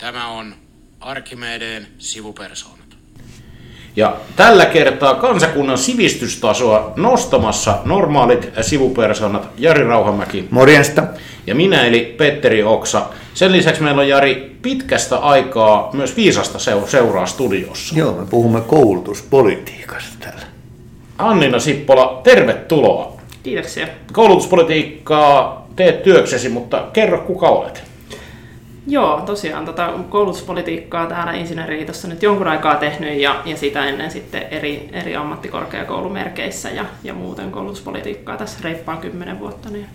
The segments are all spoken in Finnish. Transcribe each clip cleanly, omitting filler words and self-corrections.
Tämä on Arkimedeen sivupersoonat. Ja tällä kertaa kansakunnan sivistystasoa nostamassa normaalit sivupersoonat Jari Rauhamäki. Morjesta. Ja minä eli Petteri Oksa. Sen lisäksi meillä on Jari pitkästä aikaa myös viisasta seuraa studiossa. Joo, me puhumme koulutuspolitiikasta täällä. Annina Sippola, tervetuloa. Kiitoksia. Koulutuspolitiikkaa teet työksesi, mutta kerro kuka olet. Joo, tosiaan koulutuspolitiikkaa täällä Insinööriliitossa nyt jonkun aikaa tehnyt ja sitä ennen sitten eri ammattikorkeakoulumerkeissä ja muuten koulutuspolitiikkaa tässä reippaan 10 vuotta. Niin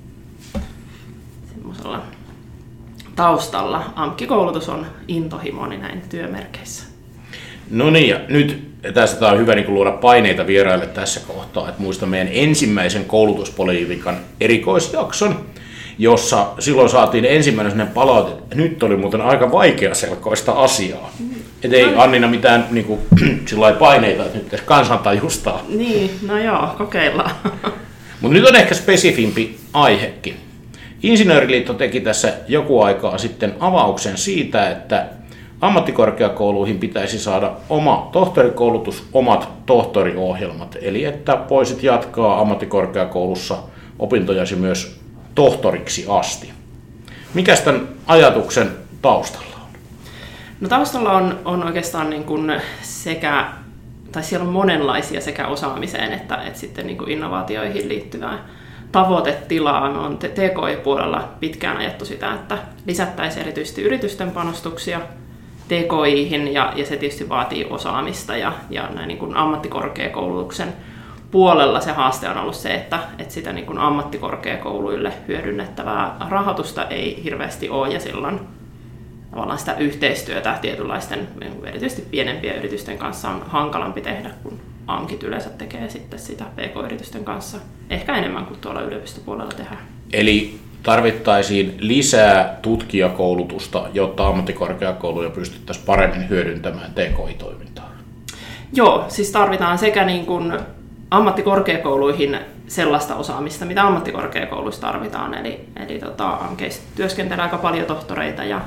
semmoisella taustalla AMK-koulutus on intohimoni näin työmerkeissä. No niin, ja nyt tästä on hyvä luoda paineita vieraille tässä kohtaa, että muistan meidän ensimmäisen koulutuspolitiikan erikoisjakson, jossa silloin saatiin ensimmäinen palaute, että nyt oli muuten aika vaikeaselkoista asiaa. Että ei Annina mitään paineita, että nyt kansan tajustaa. Niin, no joo, kokeillaan. Mutta nyt on ehkä spesifimpi aihekin. Insinööriliitto teki tässä joku aikaa sitten avauksen siitä, että ammattikorkeakouluihin pitäisi saada oma tohtorikoulutus, omat tohtoriohjelmat. Eli että voisit jatkaa ammattikorkeakoulussa opintojasi myös tohtoriksi asti. Mikäs tämän ajatuksen taustalla on? No taustalla on oikeastaan niin kuin siellä on monenlaisia sekä osaamiseen että sitten niin kuin innovaatioihin liittyvää tavoitetilaa. Me on TKI-puolella pitkään ajettu sitä, että lisättäisiin erityisesti yritysten panostuksia TKI:hin ja se tietysti vaatii osaamista ja näin niin kuin ammattikorkeakoulutuksen puolella se haaste on ollut se, että sitä niin kuin ammattikorkeakouluille hyödynnettävää rahoitusta ei hirveästi ole ja silloin tavallaan sitä yhteistyötä tietynlaisten, erityisesti pienempien yritysten kanssa on hankalampi tehdä, kun AMKit yleensä tekee sitten sitä PK-yritysten kanssa ehkä enemmän kuin tuolla yliopistopuolella tehdään. Eli tarvittaisiin lisää tutkijakoulutusta, jotta ammattikorkeakouluja pystyttäisiin paremmin hyödyntämään TKI-toimintaa? Joo, siis tarvitaan sekä niin kuin ammattikorkeakouluihin sellaista osaamista, mitä ammattikorkeakouluissa tarvitaan. Eli AMKeissa työskentelee aika paljon tohtoreita ja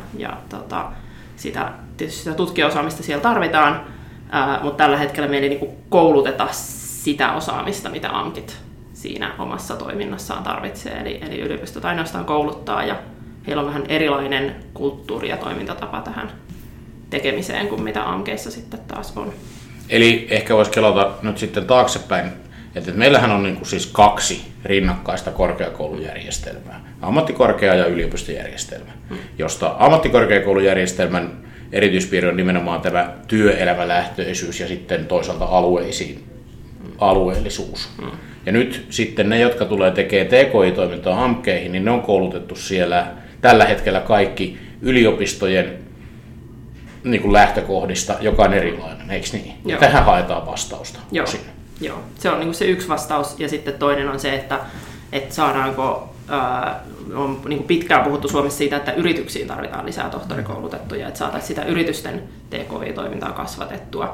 tietysti sitä tutkijaosaamista siellä tarvitaan, mutta tällä hetkellä meillä ei niin kuin kouluteta sitä osaamista, mitä AMKit siinä omassa toiminnassaan tarvitsee. Eli yliopistot ainoastaan kouluttaa ja heillä on vähän erilainen kulttuuri ja toimintatapa tähän tekemiseen kuin mitä AMKeissa sitten taas on. Eli ehkä voisi kelata nyt sitten taaksepäin, että meillähän on siis 2 rinnakkaista korkeakoulujärjestelmää, ammattikorkea- ja yliopistojärjestelmä, josta ammattikorkeakoulujärjestelmän erityispiirre on nimenomaan tämä työelämälähtöisyys ja sitten toisaalta alueellisuus. Ja nyt sitten ne, jotka tulee tekemään TKI-toimintaa AMKeihin, niin ne on koulutettu siellä tällä hetkellä kaikki yliopistojen lähtökohdista, joka on erilainen, eikö niin? Ja tähän haetaan vastausta. Joo, se on se yksi vastaus ja sitten toinen on se, että saadaanko, on pitkään puhuttu Suomessa siitä, että yrityksiin tarvitaan lisää tohtorikoulutettuja, että saataisiin sitä yritysten TKI-toimintaa kasvatettua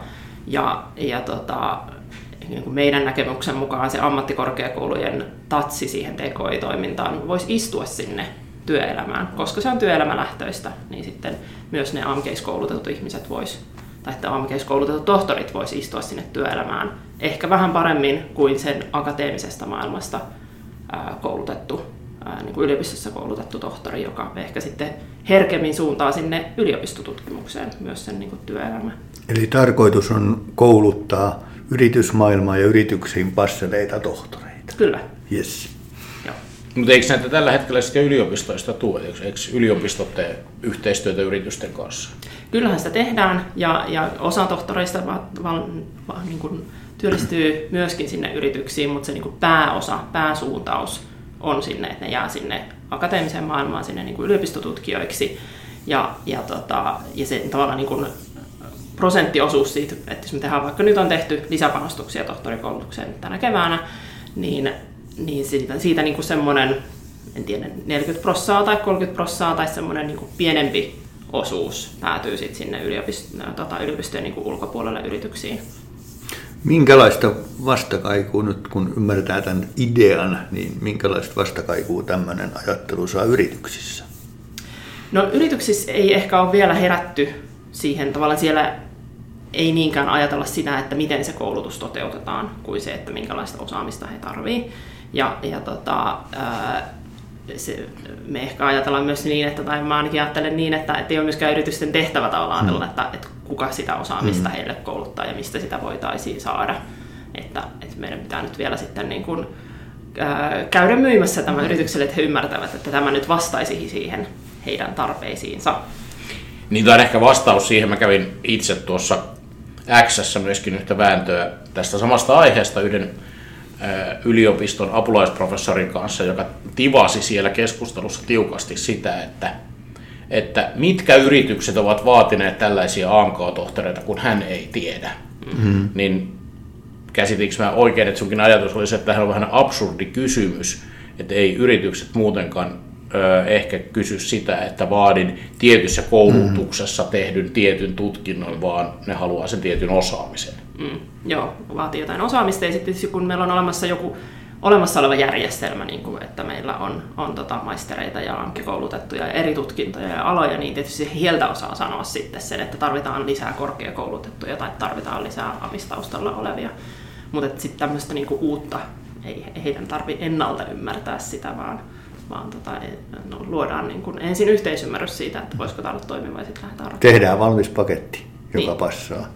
meidän näkemyksen mukaan se ammattikorkeakoulujen tatsi siihen TKI-toimintaan voisi istua sinne työelämään, koska se on työelämälähtöistä, niin sitten myös ne AMKeissa-koulutetut ihmiset tai AMKeissa-koulutetut tohtorit vois istua sinne työelämään ehkä vähän paremmin kuin sen akateemisesta maailmasta koulutettu, niin kuin yliopistossa koulutettu tohtori, joka ehkä sitten herkemmin suuntaa sinne yliopistotutkimukseen myös sen niin kuin työelämään. Eli tarkoitus on kouluttaa yritysmaailmaa ja yrityksiin passeleita tohtoreita. Kyllä. Yes. Mutta eikö näitä tällä hetkellä sitten yliopistoista tule? Eikö yliopistot tee yhteistyötä yritysten kanssa? Kyllähän sitä tehdään ja osa tohtoreista niin kuin työllistyy myöskin sinne yrityksiin, mutta se niin kuin pääsuuntaus on sinne, että ne jää sinne akateemiseen maailmaan, sinne niin kuin yliopistotutkijoiksi. Ja se tavallaan niin kuin prosenttiosuus siitä, että jos me tehdään, vaikka nyt on tehty lisäpanostuksia tohtorikoulutukseen tänä keväänä, niin siitä niin kuin semmoinen, en tiedä, 40% tai 30% tai semmoinen niin kuin pienempi osuus päätyy sitten sinne yliopistojen niin kuin ulkopuolelle yrityksiin. Minkälaista vastakaikua nyt, kun ymmärretään tämän idean, niin minkälaista vastakaikua tämmöinen ajattelu saa yrityksissä? No yrityksissä ei ehkä ole vielä herätty siihen, tavallaan siellä ei niinkään ajatella sitä, että miten se koulutus toteutetaan, kuin se, että minkälaista osaamista he tarvitsevat. Me ehkä ajatellaan myös niin, tai mä ainakin ajattelen niin, että ei ole myöskään yritysten tehtävä tavallaan ajatella, että kuka sitä osaamista heille kouluttaa ja mistä sitä voitaisiin saada. Että meidän pitää nyt vielä sitten niin kuin, käydä myymässä tämän yritykselle, että he ymmärtävät, että tämä nyt vastaisi siihen heidän tarpeisiinsa. Niin tämä on ehkä vastaus siihen. Mä kävin itse tuossa X:ssä myöskin yhtä vääntöä tästä samasta aiheesta yhden yliopiston apulaisprofessorin kanssa, joka tivasi siellä keskustelussa tiukasti sitä, että mitkä yritykset ovat vaatineet tällaisia AMK-tohtoreita, kun hän ei tiedä. Mm-hmm. Niin käsitinkö mä oikein, että sunkin ajatus oli se, että tämähän on vähän absurdi kysymys, että ei yritykset muutenkaan ehkä kysy sitä, että vaadin tietyssä koulutuksessa tehdyn tietyn tutkinnon, vaan ne haluaa sen tietyn osaamisen. Joo, vaatii jotain osaamista ja sitten kun meillä on olemassa joku olemassa oleva järjestelmä, niin kuin, että meillä on maistereita ja AMK-koulutettuja ja eri tutkintoja ja aloja, niin tietysti heiltä osaa sanoa sitten sen, että tarvitaan lisää korkeakoulutettuja tai tarvitaan lisää AMIS-taustalla olevia. Mutta sitten tämmöistä niinku uutta ei heidän tarvitse ennalta ymmärtää sitä, vaan luodaan niinku ensin yhteisymmärrys siitä, että voisiko tämä olla toimiva ja sitten lähdetään rakentaa. Tehdään valmis paketti, joka passaa.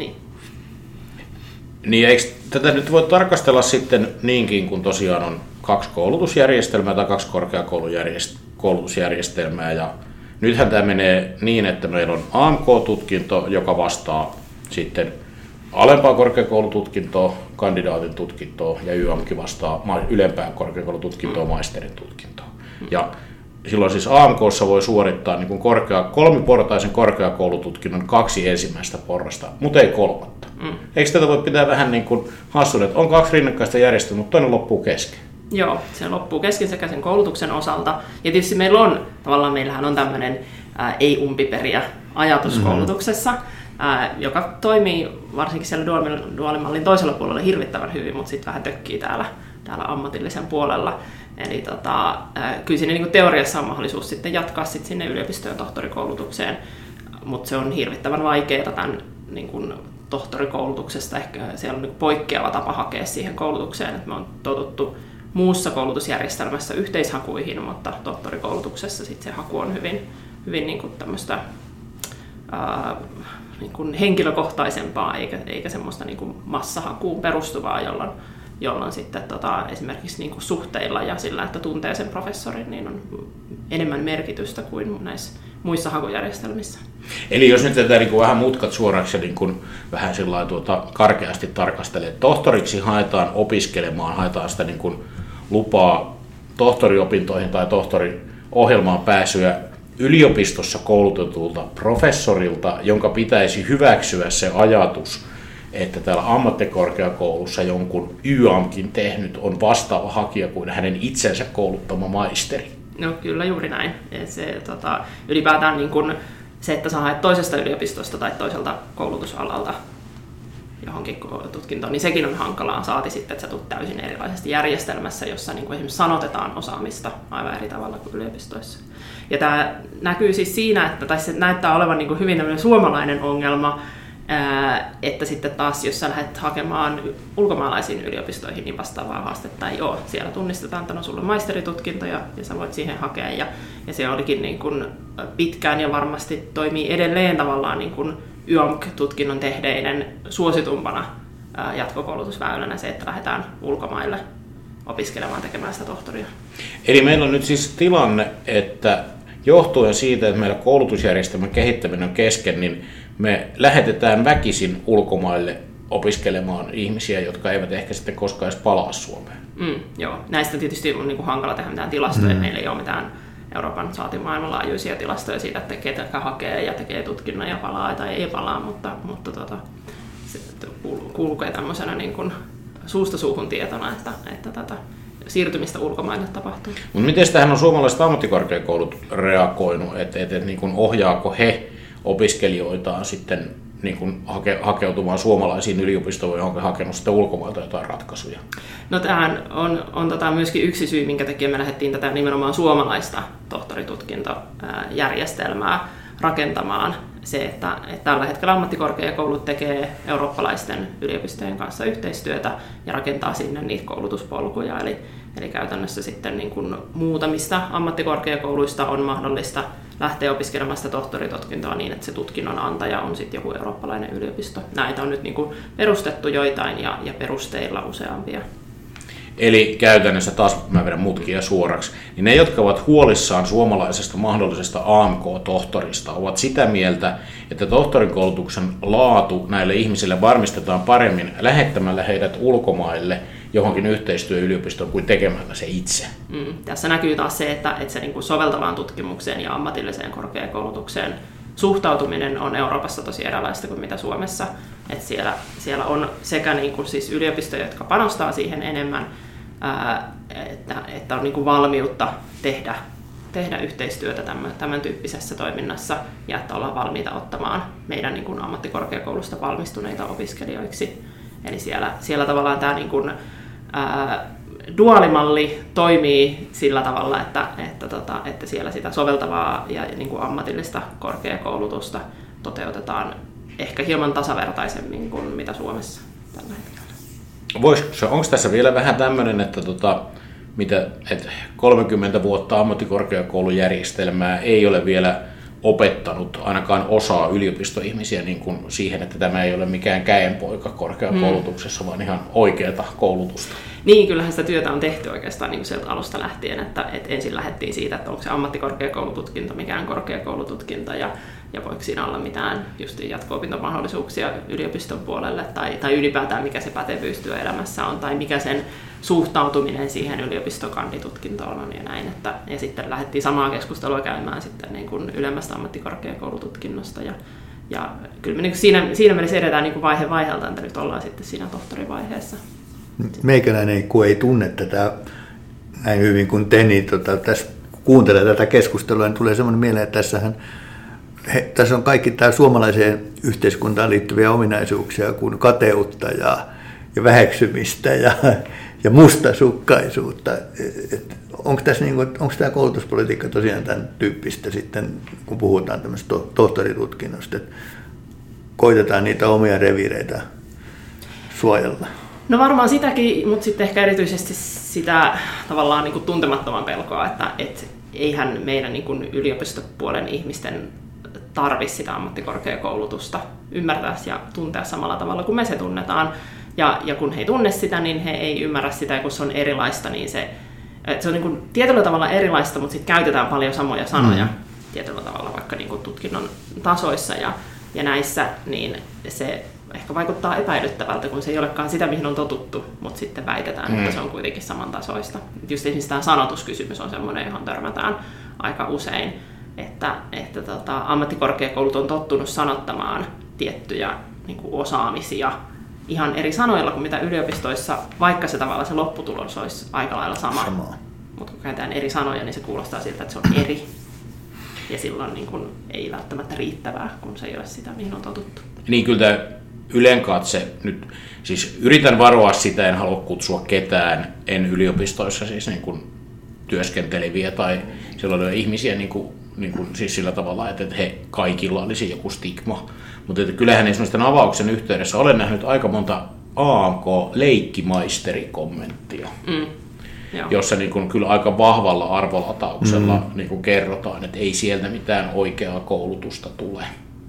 Niin, eikö tätä nyt voi tarkastella sitten niinkin, kun tosiaan on 2 koulutusjärjestelmää tai 2 korkeakoulutusjärjestelmää, ja nythän tämä menee niin, että meillä on AMK-tutkinto, joka vastaa sitten alempaa korkeakoulututkintoa, kandidaatin tutkintoa, ja YAMK vastaa ylempää korkeakoulututkintoa, maisterin tutkintoa. Ja silloin siis AMK:ssa voi suorittaa niin kuin kolmiportaisen korkeakoulututkinnon 2 ensimmäistä porrasta, mutta ei 3. Eikö tätä voi pitää vähän niin kuin hassuna, että on 2 rinnakkaista järjestelmää, mutta toinen loppuu kesken? Joo, se loppuu kesken sekä sen koulutuksen osalta. Ja tietysti meillähän on tämmöinen ei-umpiperiä ajatus koulutuksessa, joka toimii varsinkin siellä duaalimallin toisella puolella hirvittävän hyvin, mutta sitten vähän tökkii täällä ammatillisen puolella. Eli kyllä siinä niin kuin teoriassa on mahdollisuus sitten jatkaa sitten sinne yliopistojen tohtorikoulutukseen, mutta se on hirvittävän vaikeaa tämän niin kuin tohtorikoulutuksesta. Ehkä siellä on niin poikkeava tapa hakea siihen koulutukseen, että me on totuttu muussa koulutusjärjestelmässä yhteishakuihin, mutta tohtorikoulutuksessa sitten se haku on hyvin niin kuin tämmöistä niin kuin henkilökohtaisempaa eikä semmoista niin kuin massahakuun perustuvaa, jolloin sitten esimerkiksi niin kuin suhteilla ja sillä, että tuntee sen professorin, niin on enemmän merkitystä kuin näissä muissa hakujärjestelmissä. Eli jos nyt tätä niin kuin vähän mutkat suoraksi ja niin kuin vähän karkeasti tarkastelee, tohtoriksi haetaan opiskelemaan, haetaan sitä niin kuin lupaa tohtoriopintoihin tai tohtoriohjelmaan pääsyä yliopistossa koulutetulta professorilta, jonka pitäisi hyväksyä se ajatus, että täällä ammattikorkeakoulussa jonkun YAMKin tehnyt on vastaava hakija kuin hänen itsensä kouluttama maisteri. No kyllä juuri näin. Se, ylipäätään niin kun se, että sä haet toisesta yliopistosta tai toiselta koulutusalalta johonkin tutkintoon, niin sekin on hankalaa. Saati sitten, että sä tulet täysin erilaisesta järjestelmässä, jossa niin kuin esimerkiksi sanotetaan osaamista aivan eri tavalla kuin yliopistoissa. Ja tämä näkyy siis siinä, tai se näyttää olevan niin kuin hyvin suomalainen ongelma, että sitten taas, jos sä lähdet hakemaan ulkomaalaisiin yliopistoihin, niin vastaavaa haastetta ei ole. Siellä tunnistetaan, että on sulla maisteritutkinto ja sä voit siihen hakea. Ja se olikin niin kuin pitkään ja varmasti toimii edelleen tavallaan niin kuin YAMK-tutkinnon tehdeiden suositumpana jatkokoulutusväylänä se, että lähdetään ulkomaille opiskelemaan tekemään sitä tohtoria. Eli meillä on nyt siis tilanne, että johtuen siitä, että meillä koulutusjärjestelmän kehittäminen on kesken, niin me lähetetään väkisin ulkomaille opiskelemaan ihmisiä, jotka eivät ehkä sitten koskaan edes palaa Suomeen. Joo, näistä tietysti on niin kuin hankala tehdä mitään tilastoja. Meillä ei ole mitään Euroopan saati maailmanlaajuisia tilastoja siitä, että ketä hakee ja tekee tutkinnon ja palaa tai ei palaa, mutta se kulkee tämmöisenä niin kuin suusta suuhun tietona, että tätä siirtymistä ulkomaille tapahtuu. Mutta miten tähän on suomalaiset ammattikorkeakoulut reagoinut, että niin kuin ohjaako he opiskelijoitaan sitten niin kuin hakeutumaan suomalaisiin yliopistoihin, johon hakenut sitten ulkomailta jotain ratkaisuja? No tämähän on myöskin yksi syy, minkä takia me lähdettiin tätä nimenomaan suomalaista tohtoritutkintojärjestelmää rakentamaan. Se, että tällä hetkellä ammattikorkeakoulut tekee eurooppalaisten yliopistojen kanssa yhteistyötä ja rakentaa sinne niitä koulutuspolkuja. Eli käytännössä sitten niin kuin muutamista ammattikorkeakouluista on mahdollista lähteä opiskelemaan sitä tohtoritutkintoa niin, että se tutkinnon antaja on sitten joku eurooppalainen yliopisto. Näitä on nyt niin kuin perustettu joitain ja perusteilla useampia. Eli käytännössä taas mä vedän mutkia suoraksi, niin ne, jotka ovat huolissaan suomalaisesta mahdollisesta AMK-tohtorista, ovat sitä mieltä, että tohtorikoulutuksen laatu näille ihmisille varmistetaan paremmin lähettämällä heidät ulkomaille johonkin yhteistyöyliopistoon kuin tekemällä se itse. Tässä näkyy taas se, että se niin kuin soveltavaan tutkimukseen ja ammatilliseen korkeakoulutukseen suhtautuminen on Euroopassa tosi erilaista kuin mitä Suomessa. Että siellä on sekä niin kuin siis yliopistoja, jotka panostaa siihen enemmän, että on niin kuin valmiutta tehdä yhteistyötä tämän tyyppisessä toiminnassa ja että ollaan valmiita ottamaan meidän niin kuin ammattikorkeakoulusta valmistuneita opiskelijoiksi. Eli siellä tavallaan tämä niin kuin, duaalimalli toimii sillä tavalla, että siellä sitä soveltavaa ja niin kuin ammatillista korkeakoulutusta toteutetaan ehkä hieman tasavertaisemmin kuin mitä Suomessa tällä hetkellä. Onko tässä vielä vähän tämmöinen, että 30 vuotta ammattikorkeakoulujärjestelmää ei ole vielä opettanut ainakaan osaa yliopistoihmisiä niin kuin siihen, että tämä ei ole mikään käenpoika korkeakoulutuksessa, vaan ihan oikeata koulutusta. Niin, kyllähän sitä työtä on tehty oikeastaan niin kuin sieltä alusta lähtien, että ensin lähdettiin siitä, että onko se ammattikorkeakoulututkinto mikään korkeakoulututkinto ja voiko siinä olla mitään just jatko-opintomahdollisuuksia yliopiston puolelle tai ylipäätään mikä se pätevyys työelämässä on tai mikä sen suhtautuminen siihen yliopistokanditutkintoon on ja näin. Ja sitten lähdettiin samaa keskustelua käymään sitten niin kuin ylemmästä ammattikorkeakoulututkinnosta ja kyllä me niin siinä mielessä edetään niin kuin vaihe vaiheelta, että nyt ollaan sitten siinä tohtorivaiheessa. Meikäläinen ei tunne tätä näin hyvin kuin te, niin tässä kuuntelee tätä keskustelua, niin tulee semmoinen mieleen, että tässä on kaikki tämä suomalaiseen yhteiskuntaan liittyviä ominaisuuksia kuin kateutta ja väheksymistä ja mustasukkaisuutta. Onko tämä koulutuspolitiikka tosiaan tämän tyyppistä sitten, kun puhutaan tämmöistä tohtoritutkinnosta, että koitetaan niitä omia reviireitä suojella? No varmaan sitäkin, mutta sitten ehkä erityisesti sitä tavallaan niin kuin tuntemattoman pelkoa, että eihän meidän niin kuin yliopistopuolen ihmisten tarvitse sitä ammattikorkeakoulutusta ymmärtää ja tuntea samalla tavalla kuin me se tunnetaan. Ja kun he ei tunne sitä, niin he ei ymmärrä sitä, ja kun se on erilaista, niin se on niin kuin tietyllä tavalla erilaista, mutta sitten käytetään paljon samoja sanoja tietyllä tavalla vaikka niin kuin tutkinnon tasoissa ja näissä, niin se ehkä vaikuttaa epäilyttävältä, kun se ei olekaan sitä, mihin on totuttu, mutta sitten väitetään, että se on kuitenkin samantasoista. Just esimerkiksi tämä sanotuskysymys on sellainen, johon törmätään aika usein, että ammattikorkeakoulut on tottunut sanottamaan tiettyjä niin kuin osaamisia ihan eri sanoilla kuin mitä yliopistoissa, vaikka se tavallaan se lopputulos olisi aika lailla sama. Mutta kun käytetään eri sanoja, niin se kuulostaa siltä, että se on eri. Ja silloin niin kun ei välttämättä riittävää, kun se ei ole sitä, mihin on totuttu. Niin kyllä tämä ylenkatse nyt, siis yritän varoa sitä, en halua kutsua ketään, en yliopistoissa siis niin kuin työskenteleviä tai sellaisia ihmisiä niin kuin siis sillä tavalla, että he kaikilla olisi joku stigma. Mutta kyllähän esimerkiksi tämän avauksen yhteydessä olen nähnyt aika monta AMK-leikkimaisterikommenttia, jossa niin kuin kyllä aika vahvalla arvolatauksella niin kuin kerrotaan, että ei sieltä mitään oikeaa koulutusta tule.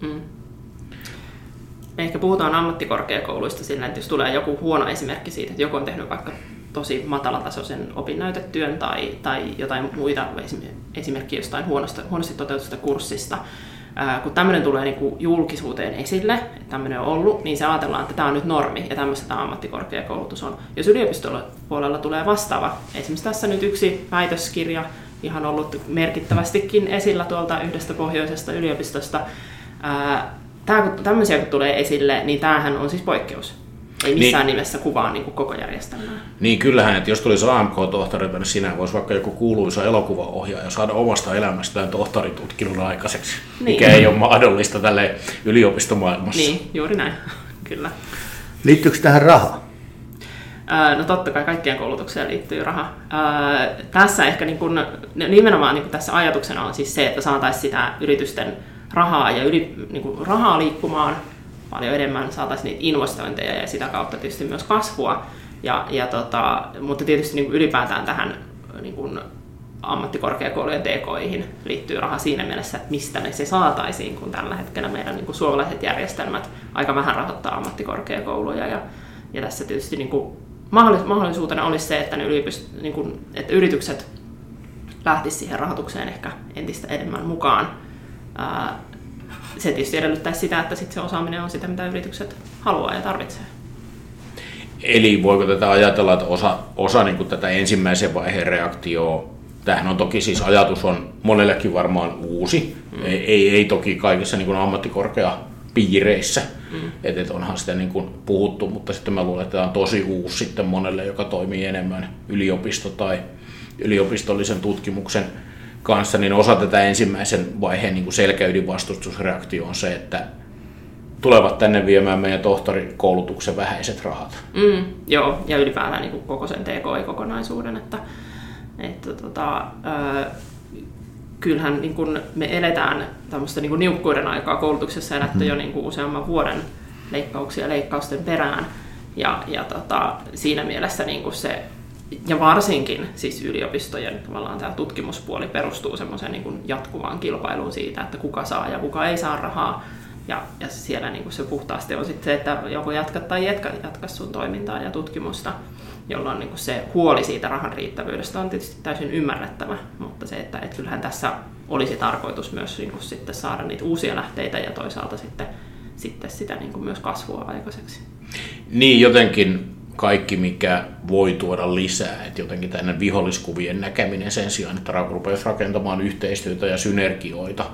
Ehkä puhutaan ammattikorkeakouluista sillä, että jos tulee joku huono esimerkki siitä, että joku on tehnyt vaikka tosi matalatasoisen opinnäytetyön tai jotain muita esimerkkiä jostain huonosti toteutusta kurssista. Kun tämmöinen tulee niin kuin julkisuuteen esille, että tämmöinen on ollut, niin se ajatellaan, että tämä on nyt normi ja tämmöistä tämä ammattikorkeakoulutus on. Jos yliopistopuolella tulee vastaava, esimerkiksi tässä nyt yksi väitöskirja, ihan ollut merkittävästikin esillä tuolta yhdestä pohjoisesta yliopistosta, tämmöisiä kun tulee esille, niin tämähän on siis poikkeus. ei missään nimessä kuvaa niin kuin koko järjestelmää. Niin kyllähän, että jos tulisi AMK-tohtorilta, niin sinä voisi vaikka joku kuuluisa elokuvaohjaaja saada omasta elämästään tohtoritutkinnon aikaiseksi, mikä ei ole mahdollista tälle yliopistomaailmassa. Niin, juuri näin, kyllä. Liittyykö tähän raha? No totta kai kaikkien koulutukseen liittyy raha. Tässä ehkä niin kun, nimenomaan niin kun tässä ajatuksena on siis se, että saataisiin sitä yritysten rahaa ja rahaa liikkumaan paljon enemmän, saataisiin niitä investointeja ja sitä kautta tietysti myös kasvua. Mutta tietysti niin ylipäätään tähän niin ammattikorkeakoulujen TK:ihin liittyy raha siinä mielessä, että mistä me se saataisiin, kun tällä hetkellä meidän niin suomalaiset järjestelmät aika vähän rahoittaa ammattikorkeakouluja. Ja tässä tietysti niin mahdollisuutena olisi se, että, että yritykset lähtisivät siihen rahoitukseen ehkä entistä enemmän mukaan. Se tietysti edellyttäisi sitä, että sit se osaaminen on sitä, mitä yritykset haluaa ja tarvitsee. Eli voiko tätä ajatella, että osa niin kuin tätä ensimmäisen vaiheen reaktioa, tämähän on toki siis ajatus on monellekin varmaan uusi, ei toki kaikissa niin kuin ammattikorkeapiireissä, että onhan sitä niin kuin puhuttu, mutta sitten mä luulen, että tämä on tosi uusi sitten monelle, joka toimii enemmän yliopisto- tai yliopistollisen tutkimuksen kanssa, niin osa tätä ensimmäisen vaiheen niin kuin selkäydinvastustusreaktio on se, että tulevat tänne viemään meidän tohtorikoulutuksen vähäiset rahat. Joo, ja ylipäätään niin kuin koko sen TKI-kokonaisuuden, että kyllähän niin kuin me eletään tämmöistä niin kuin niukkuuden aikaa koulutuksessa, eletty jo niin kuin useamman vuoden leikkauksia leikkausten perään, ja siinä mielessä niin kuin se, ja varsinkin siis yliopistojen tavallaan tämä tutkimuspuoli perustuu semmoiseen niin kuin jatkuvaan kilpailuun siitä, että kuka saa ja kuka ei saa rahaa. Ja siellä niin kuin se puhtaasti on sitten se, että joko jatkat tai jatka sun toimintaa ja tutkimusta, jolloin niin kuin se huoli siitä rahan riittävyydestä on tietysti täysin ymmärrettävä, mutta se, että kyllähän tässä olisi tarkoitus myös niin kuin sitten saada niitä uusia lähteitä ja toisaalta sitten sitä niin kuin myös kasvua aikaiseksi. Niin, jotenkin kaikki, mikä voi tuoda lisää, että jotenkin tänne viholliskuvien näkeminen sen sijaan, että rupeaisi rakentamaan yhteistyötä ja synergioita,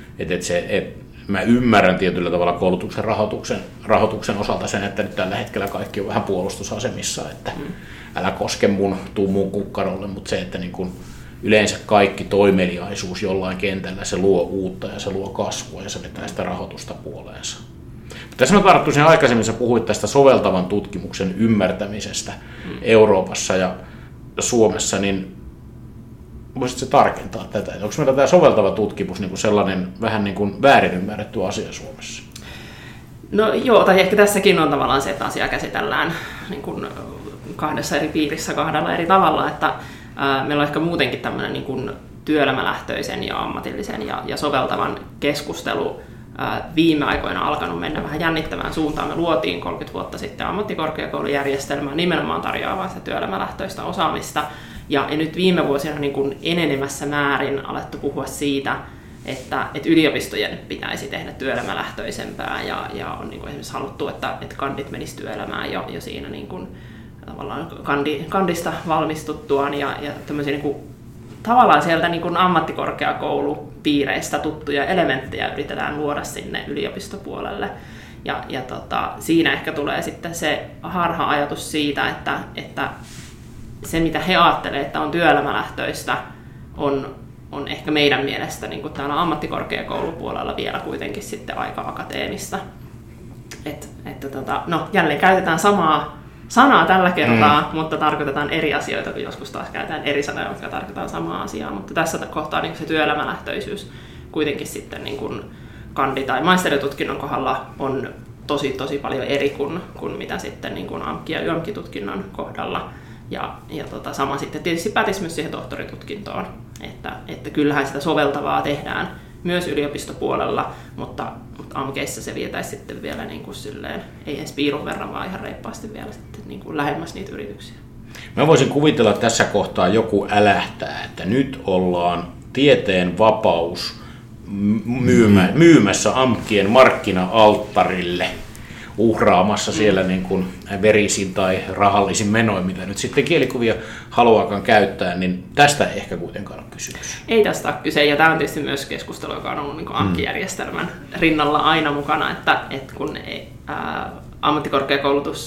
mä ymmärrän tietyllä tavalla koulutuksen rahoituksen osalta sen, että nyt tällä hetkellä kaikki on vähän puolustusasemissa, että älä koske tuu mun kukkarolle, mutta se, että niin kun yleensä kaikki toimeliaisuus jollain kentällä, se luo uutta ja se luo kasvua ja se vetää sitä rahoitusta puoleensa. Tässä mä tarttuisin aikaisemmin, sä puhuit tästä soveltavan tutkimuksen ymmärtämisestä Euroopassa ja Suomessa, niin voisitko tarkentaa tätä? Onko meillä tämä soveltava tutkimus niin kuin sellainen vähän niin kuin väärin ymmärretty asia Suomessa? No joo, tai ehkä tässäkin on tavallaan se, että asia käsitellään niin kuin kahdessa eri piirissä kahdella eri tavalla, että meillä on ehkä muutenkin tämmöinen niin kuin työelämälähtöisen ja ammatillisen ja soveltavan keskustelu viime aikoina alkanut mennä vähän jännittävään suuntaan. Me luotiin 30 vuotta sitten ammattikorkeakoulujärjestelmää nimenomaan tarjoavaa sitä työelämälähtöistä osaamista. Ja nyt viime vuosina niin kuin enenevässä määrin alettu puhua siitä, että yliopistojen pitäisi tehdä työelämälähtöisempää ja on niin kuin esimerkiksi haluttu, että kandit menisivät työelämään jo siinä niin kuin, tavallaan kandista valmistuttuaan ja tämmöisiä niin kuin, tavallaan sieltä niin kuin ammattikorkeakoulupiireistä tuttuja elementtejä yritetään luoda sinne yliopistopuolelle. Ja siinä ehkä tulee sitten se harha-ajatus siitä, että se, mitä he ajattelevat, että on työelämälähtöistä, on ehkä meidän mielestä niin kuin täällä ammattikorkeakoulupuolella vielä kuitenkin sitten aika akateemista. No, jälleen käytetään samaa sanaa tällä kertaa, mutta tarkoitetaan eri asioita, kun joskus taas käytetään eri sanoja, jotka tarkoitetaan samaa asiaa. Mutta tässä kohtaa niin se työelämälähtöisyys kuitenkin sitten niin kuin kandi- tai maisteritutkinnon kohdalla on tosi paljon eri kuin mitä sitten niin kuin AMK- ja YAMK-tutkinnon kohdalla. Ja sama sitten tietysti pätisi myös siihen tohtoritutkintoon, että kyllähän sitä soveltavaa tehdään myös yliopistopuolella, mutta AMKissa se vietäisi sitten vielä niin kuin silleen, ei edes piirun verran, vaan ihan reippaasti vielä sitten niin kuin lähemmäs niitä yrityksiä. Mä voisin kuvitella, että tässä kohtaa joku älähtää, että nyt ollaan tieteen vapaus myymässä AMKien markkina-alttarille, uhraamassa siellä niin kuin verisin tai rahallisin menoin, mitä nyt sitten kielikuvia haluaakaan käyttää, niin tästä ei ehkä kuitenkaan ole kysymys. Ei tästä ole kyse, ja tämä on tietysti myös keskustelu, joka on ollut niin kuin AMK-järjestelmän rinnalla aina mukana, että kun ammattikorkeakoulutus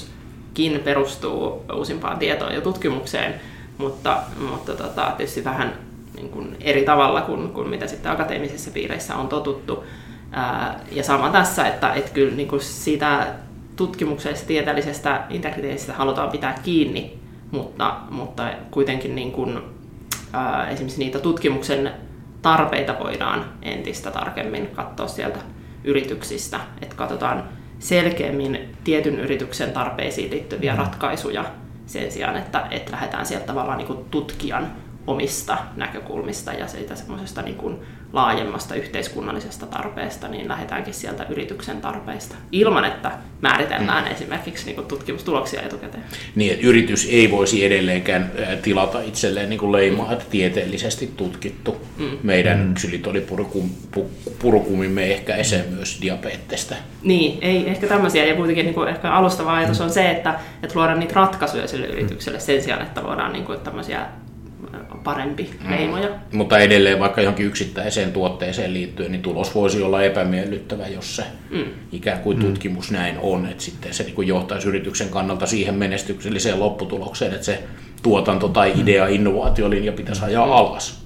tämäkin perustuu uusimpaan tietoon ja tutkimukseen, mutta tietysti vähän niin kuin eri tavalla kuin mitä sitten akateemisissa piireissä on totuttu. Ja sama tässä, että kyllä niin kuin siitä tutkimuksellisesta tieteellisestä integriteetistä halutaan pitää kiinni, mutta kuitenkin niin kuin, esimerkiksi niitä tutkimuksen tarpeita voidaan entistä tarkemmin katsoa sieltä yrityksistä, että katsotaan selkeämmin tietyn yrityksen tarpeisiin liittyviä ratkaisuja sen sijaan, että lähdetään sieltä tavallaan niin kuin tutkijan omista näkökulmista ja siitä semmoisesta niin kuin laajemmasta yhteiskunnallisesta tarpeesta, niin lähdetäänkin sieltä yrityksen tarpeista, ilman että määritellään esimerkiksi niin kuin tutkimustuloksia etukäteen. Niin, että yritys ei voisi edelleenkään tilata itselleen niin kuin leimaa, että tieteellisesti tutkittu. Meidän ksylitolipurukumimme ehkäisee myös diabetesta. Niin, ei ehkä tämmöisiä, ja kuitenkin niin kuin ehkä alustava ajatus on se, että luodaan niitä ratkaisuja sille yritykselle sen sijaan, että luodaan niin kuin tämmöisiä parempi leimoja. Mutta edelleen vaikka johonkin yksittäiseen tuotteeseen liittyen, niin tulos voisi olla epämiellyttävä, jos se ikään kuin tutkimus näin on, että sitten se niin johtaisi yrityksen kannalta siihen menestykselliseen lopputulokseen, että se tuotanto tai idea, innovaatiolinja pitäisi ajaa alas.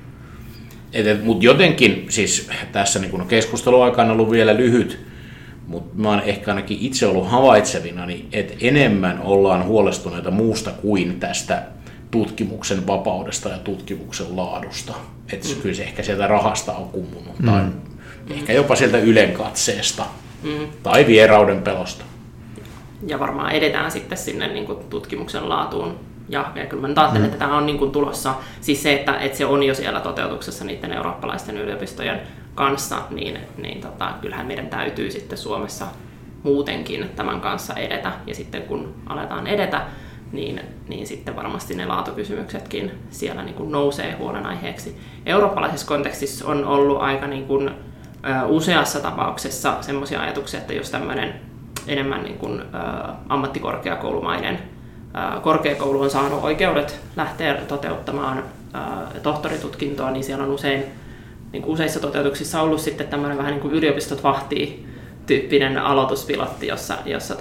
Mutta jotenkin, siis tässä niin keskusteluaika on ollut vielä lyhyt, mutta mä oon ehkä ainakin itse ollut havaitsevinani, että enemmän ollaan huolestuneita muusta kuin tästä tutkimuksen vapaudesta ja tutkimuksen laadusta. Että kyllä se ehkä sieltä rahasta on kummunut, tai ehkä jopa sieltä ylenkatseesta, tai vierauden pelosta. Ja varmaan edetään sitten sinne niin kuin tutkimuksen laatuun. Ja kyllä mä nyt ajattelen, että tämä on niin kuin tulossa, siis se, että se on jo siellä toteutuksessa niiden eurooppalaisten yliopistojen kanssa, niin kyllähän meidän täytyy sitten Suomessa muutenkin tämän kanssa edetä. Ja sitten kun aletaan edetä, niin sitten varmasti ne laatukysymyksetkin siellä niin kuin nousee huolenaiheeksi. Eurooppalaisessa kontekstissa on ollut aika niin kuin, useassa tapauksessa semmoisia ajatuksia, että jos tämmöinen enemmän niin kuin, ammattikorkeakoulumainen korkeakoulu on saanut oikeudet lähteä toteuttamaan tohtoritutkintoa, niin siellä on usein, niin kuin useissa toteutuksissa ollut sitten tämmöinen vähän niin kuin yliopistot vahtii -tyyppinen aloituspilotti, jossa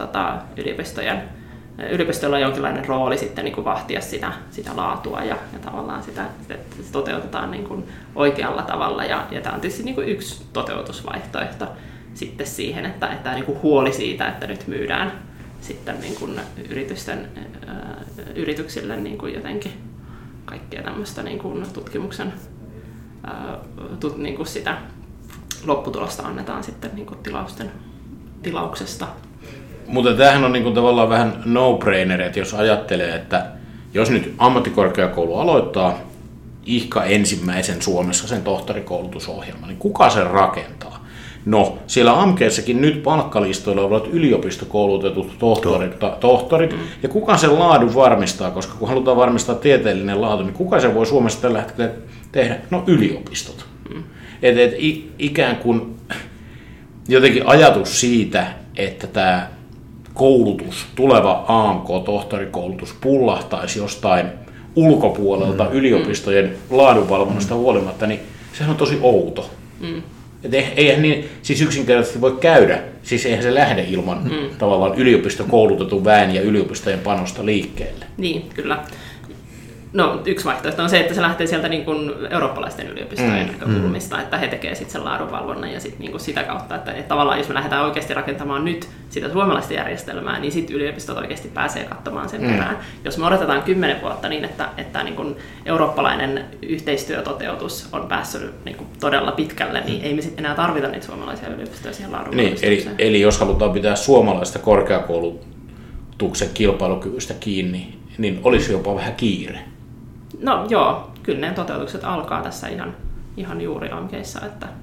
yliopistolla on jonkinlainen rooli sitten niin kuin vahtia sitä laatua ja tavallaan sitä se toteutetaan niin kuin oikealla tavalla. Ja tämä on tietysti niin kuin yksi toteutusvaihtoehto sitten siihen, että niin kuin huoli siitä, että nyt myydään sitten niin kuin yrityksille niin kuin jotenkin kaikkea tämmöistä niin kuin tutkimuksen niin kuin sitä lopputulosta annetaan sitten niin kuin tilauksesta. Mutta tämähän on niin kuin tavallaan vähän no-brainer, että jos ajattelee, että jos nyt ammattikorkeakoulu aloittaa ensimmäisen Suomessa sen tohtorikoulutusohjelman, niin kuka sen rakentaa? No, siellä AMK:ssakin nyt palkkalistoilla ovat yliopistokoulutetut tohtorit, ja kuka sen laadun varmistaa, koska kun halutaan varmistaa tieteellinen laatu, niin kuka se voi Suomessa tällä hetkellä tehdä? No, yliopistot. Ikään kuin jotenkin ajatus siitä, että tämä koulutus, tuleva AMK-tohtorikoulutus pullahtaisi jostain ulkopuolelta yliopistojen laadunvalvonnasta huolimatta, niin sehän on tosi outo. Eihän niin, siis yksinkertaisesti voi käydä, siis eihän se lähde ilman tavallaan yliopistokoulutetun väen ja yliopistojen panosta liikkeelle. Niin, kyllä. No, yksi vaihtoehto on se, että se lähtee sieltä niin kuin eurooppalaisten yliopistojen näkökulmista, että he tekevät sitten sen laadunvalvonnan ja sit niin kuin sitä kautta, että tavallaan jos me lähdetään oikeasti rakentamaan nyt sitä suomalaista järjestelmää, niin sitten yliopistot oikeasti pääsee katsomaan sen perään. Jos me odotetaan 10 vuotta niin, että niin kuin eurooppalainen yhteistyötoteutus on päässyt niin kuin todella pitkälle, niin ei me sitten enää tarvita niitä suomalaisia yliopistoja siihen laadunvalmistukseen. Niin, eli jos halutaan pitää suomalaista korkeakoulutuksen kilpailukyvystä kiinni, niin olisi jopa vähän kiire. No joo, kyllä ne toteutukset alkaa tässä ihan juuri AMK:issa,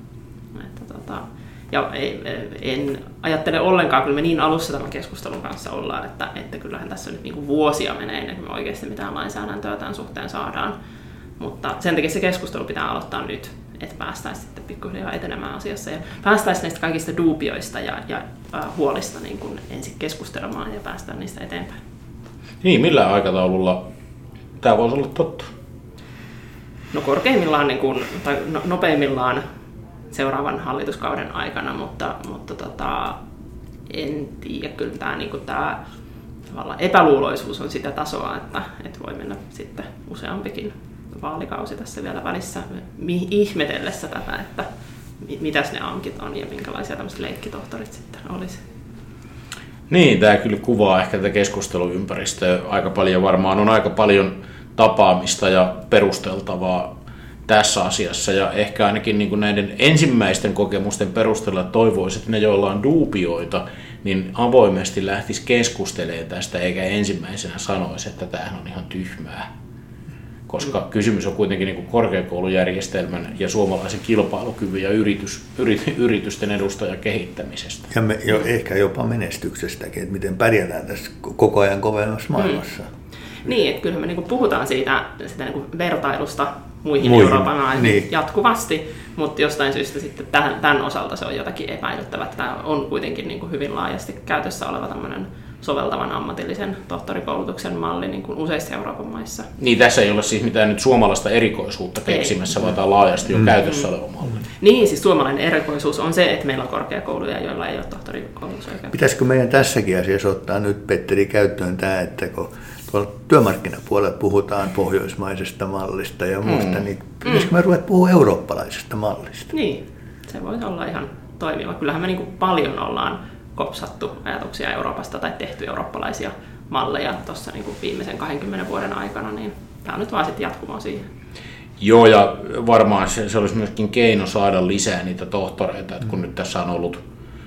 ja en ajattele ollenkaan, kyllä me niin alussa tämän keskustelun kanssa ollaan, että kyllähän tässä nyt niinku vuosia menee ennen kuin me oikeasti mitään lainsäädäntöä tämän suhteen saadaan, mutta sen takia se keskustelu pitää aloittaa nyt, että päästäisiin sitten pikkuhiljaa etenemään asiassa ja päästäisiin näistä kaikista duubioista ja huolista niin kuin ensin keskustelemaan ja päästään niistä eteenpäin. Niin, millä aikataululla tämä voisi olla totta? No korkeimmillaan tai nopeimmillaan seuraavan hallituskauden aikana, mutta en tiedä, kyllä tämä tavallaan epäluuloisuus on sitä tasoa, että voi mennä sitten useampikin vaalikausi tässä vielä välissä ihmetellessä tätä, että mitäs ne ankit on ja minkälaisia tämmöiset leikkitohtorit sitten olisi. Niin, tämä kyllä kuvaa ehkä tätä keskusteluympäristöä aika paljon. Varmaan on aika paljon tapaamista ja perusteltavaa tässä asiassa, ja ehkä ainakin niin kuin näiden ensimmäisten kokemusten perusteella toivoisin, että ne, joilla on duubioita, niin avoimesti lähtisi keskustelemaan tästä, eikä ensimmäisenä sanoisi, että tämähän on ihan tyhmää. Koska kysymys on kuitenkin niin kuin korkeakoulujärjestelmän ja suomalaisen kilpailukyvyn ja yritysten edustajan kehittämisestä. Ja ehkä jopa menestyksestäkin, että miten pärjätään tässä koko ajan kovemmassa maailmassa. Niin, että kyllähän me niin puhutaan sitä niin kuin vertailusta muihin Euroopan maihin niin jatkuvasti, mutta jostain syystä sitten tämän osalta se on jotakin epäilyttävää. Tämä on kuitenkin niin kuin hyvin laajasti käytössä oleva tämmöinen soveltavan ammatillisen tohtorikoulutuksen malli niin kuin useissa Euroopan maissa. Niin, tässä ei ole siis mitään nyt suomalaista erikoisuutta keksimässä, vaan tämä laajasti jo käytössä oleva malli. Niin, siis suomalainen erikoisuus on se, että meillä on korkeakouluja, joilla ei ole tohtorikoulutusoikeutta. Pitäisikö meidän tässäkin asiassa ottaa nyt, Petteri, käyttöön tämä, että kun tuolla työmarkkinapuolella puhutaan pohjoismaisesta mallista ja muusta, niin pitäisikö me ruveta puhua eurooppalaisesta mallista? Niin, se voisi olla ihan toimiva. Kyllähän me niin kuin paljon ollaan kopsattu ajatuksia Euroopasta tai tehty eurooppalaisia malleja tuossa niin kuin viimeisen 20 vuoden aikana, niin tämä on nyt vaan sitten jatkumoa siihen. Joo, ja varmaan se olisi myöskin keino saada lisää niitä tohtoreita, että kun nyt tässä on ollut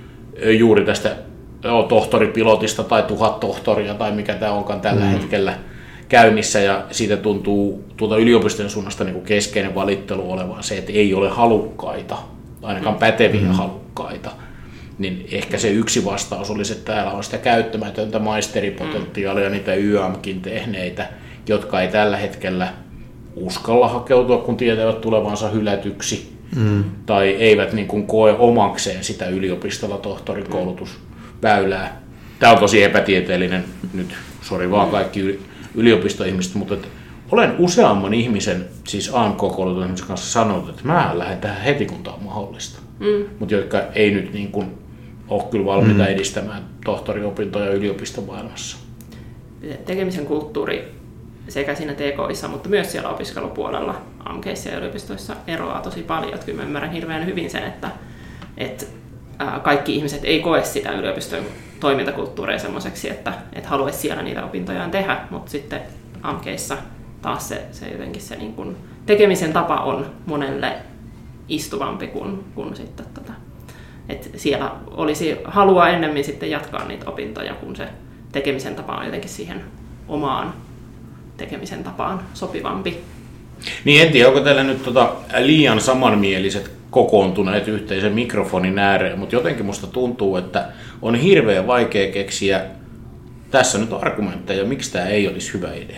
juuri tästä tohtoripilotista tai 1000 tohtoria tai mikä tämä onkaan tällä hetkellä käynnissä, ja siitä tuntuu tuolta yliopistojen suunnasta niin kuin keskeinen valittelu olevan se, että ei ole halukkaita, ainakaan päteviä halukkaita. Niin ehkä se yksi vastaus olisi, että täällä on sitä käyttämätöntä maisteripotentiaalia, niitä YAMkin tehneitä, jotka ei tällä hetkellä uskalla hakeutua, kun tietävät tulevansa hylätyksi, tai eivät niin kuin koe omakseen sitä yliopistolla tohtorikoulutusväylää. Tämä on tosi epätieteellinen, nyt sori vaan kaikki yliopistoihmiset, mutta olen useamman ihmisen, siis AMK-koulutuksen kanssa sanonut, että mä lähden tähän heti, kun tämä on mahdollista. Mutta jotka ei nyt niin kuin ole kyllä valmiita edistämään tohtoriopintoja yliopistomaailmassa. Tekemisen kulttuuri sekä siinä TKI:ssa, mutta myös siellä opiskelupuolella AMK:issa ja yliopistoissa eroaa tosi paljon. Kyllä mä ymmärrän hirveän hyvin sen, että kaikki ihmiset ei koe sitä yliopiston toimintakulttuuria semmoiseksi, että haluaisi siellä niitä opintojaan tehdä, mutta sitten AMK:issa taas se jotenkin se niin kuin tekemisen tapa on monelle istuvampi kuin sitten että siellä olisi halua ennemmin sitten jatkaa niitä opintoja, kun se tekemisen tapa on jotenkin siihen omaan tekemisen tapaan sopivampi. Niin, en tiedä, onko teillä nyt liian samanmieliset kokoontuneet yhteisen mikrofonin ääreen, mutta jotenkin musta tuntuu, että on hirveän vaikea keksiä tässä nyt argumentteja, miksi tämä ei olisi hyvä idea.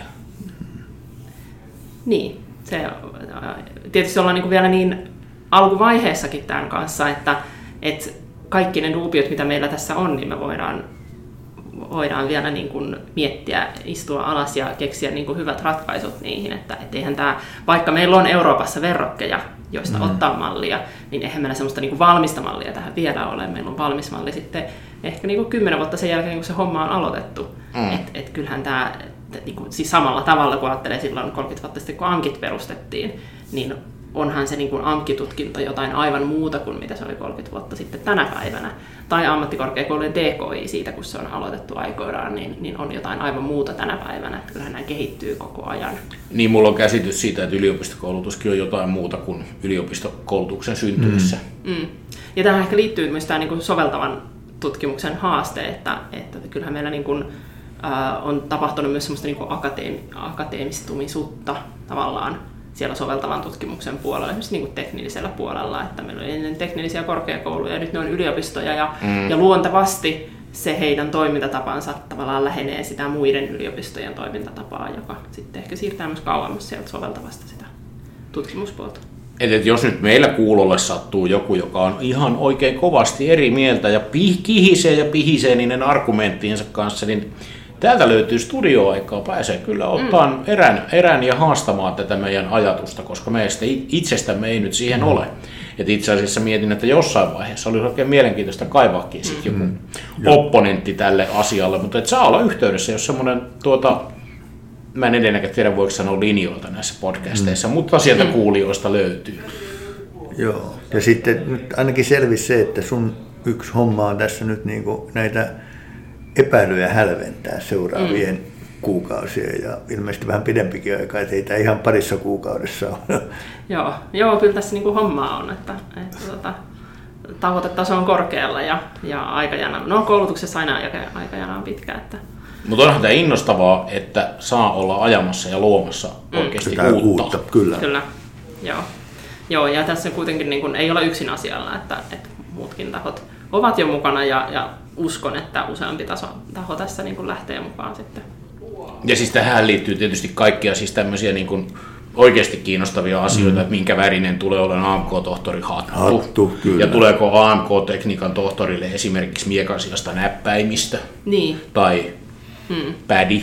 Niin, se tietysti ollaan niin vielä niin alkuvaiheessakin tämän kanssa, että kaikki ne duubiot, mitä meillä tässä on, niin me voidaan vielä niin kuin miettiä, istua alas ja keksiä niin kuin hyvät ratkaisut niihin. Että eihän tämä, vaikka meillä on Euroopassa verrokkeja, joista ottaa mallia, niin eihän meillä sellaista niin kuin valmista mallia tähän vielä ole. Meillä on valmis malli sitten ehkä niin kuin 10 vuotta sen jälkeen, kun se homma on aloitettu. Et kyllähän tämä, niin kuin, siis samalla tavalla kun ajattelee silloin 30 vuotta sitten, kun AMKit perustettiin, niin onhan se niin kuin AMK-tutkinto jotain aivan muuta kuin mitä se oli 30 vuotta sitten tänä päivänä. Tai ammattikorkeakoulujen TKI siitä, kun se on aloitettu aikoinaan, niin on jotain aivan muuta tänä päivänä. Että kyllähän nämä kehittyy koko ajan. Niin, mulla on käsitys siitä, että yliopistokoulutuskin on jotain muuta kuin yliopistokoulutuksen syntyessä. Ja tähän ehkä liittyy myös tämä niin kuin soveltavan tutkimuksen haaste, että kyllähän meillä niin kuin, on tapahtunut myös semmoista niin kuin akateemistumisuutta tavallaan siellä soveltavan tutkimuksen puolella, esimerkiksi niin kuin teknillisellä puolella, että meillä on ennen teknillisiä korkeakouluja ja nyt ne on yliopistoja ja luontevasti se heidän toimintatapansa tavallaan lähenee sitä muiden yliopistojen toimintatapaa, joka sitten ehkä siirtää myös kauemmas sieltä soveltavasta sitä tutkimuspuolta. Et jos nyt meillä kuulolle sattuu joku, joka on ihan oikein kovasti eri mieltä ja kihisee niiden argumenttiinsa kanssa, niin täältä löytyy studioaikaa, pääsee kyllä ottaa erän ja haastamaan tätä meidän ajatusta, koska meistä itsestämme ei nyt siihen ole. Et itse asiassa mietin, että jossain vaiheessa olisi oikein mielenkiintoista kaivaakin joku opponentti tälle asialle, mutta et saa olla yhteydessä, jos semmoinen mä en edelleenkään tiedä, voiko sanoa linjoilta näissä podcasteissa, mutta sieltä kuulijoista löytyy. Joo, ja sitten nyt ainakin selvisi se, että sun yksi homma on tässä nyt niinku näitä epäilyjä hälventää seuraavien kuukausien ja ilmeisesti vähän pidempikin aikaa, että ei tämä ihan parissa kuukaudessa ole. Joo, kyllä tässä niinku hommaa on, että tavoitetaso on korkealla ja aikajana, koulutuksessa aina aikajana on pitkä. Että. Mutta onhan tämä innostavaa, että saa olla ajamassa ja luomassa oikeasti uutta. Kyllä. Joo, ja tässä kuitenkin niin kun ei ole yksin asialla, että muutkin tahot ovat jo mukana ja uskon, että useampi taho tässä niin kun lähtee mukaan sitten. Ja siis tähän liittyy tietysti kaikkia siis tämmöisiä niin kun oikeasti kiinnostavia asioita, että minkä värinen tulee olemaan AMK-tohtori hattu ja tuleeko AMK-tekniikan tohtorille esimerkiksi miekan sijasta näppäimistä tai pädi.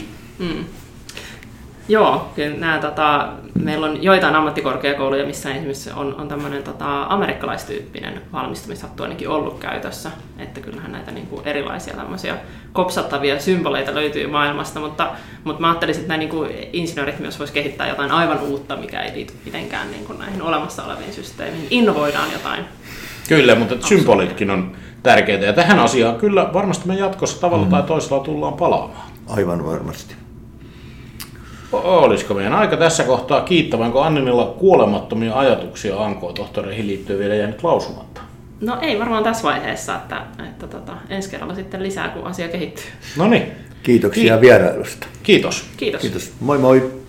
Joo, kyllä meillä on joitain ammattikorkeakouluja, missä esimerkiksi on tämmöinen amerikkalaistyyppinen valmistumishattu ainakin ollut käytössä, että kyllähän näitä niin kuin erilaisia tämmöisiä kopsattavia symboleita löytyy maailmasta, mutta mä ajattelisin, että nämä niin kuin insinöörit myös voisi kehittää jotain aivan uutta, mikä ei liity mitenkään niin kuin näihin olemassa oleviin systeemiin. Innovoidaan jotain. Kyllä, mutta symbolitkin on tärkeitä ja tähän asiaan kyllä varmasti me jatkossa tavalla tai toisella tullaan palaamaan. Aivan varmasti. Olisiko meidän aika tässä kohtaa kiittää, vai onko Anninilla kuolemattomia ajatuksia AMK-tohtoreihin liittyen vielä jäänyt lausumatta? No ei varmaan tässä vaiheessa, että ensi kerralla sitten lisää, kun asia kehittyy. No niin. Kiitoksia vierailusta. Kiitos. Kiitos. Moi moi.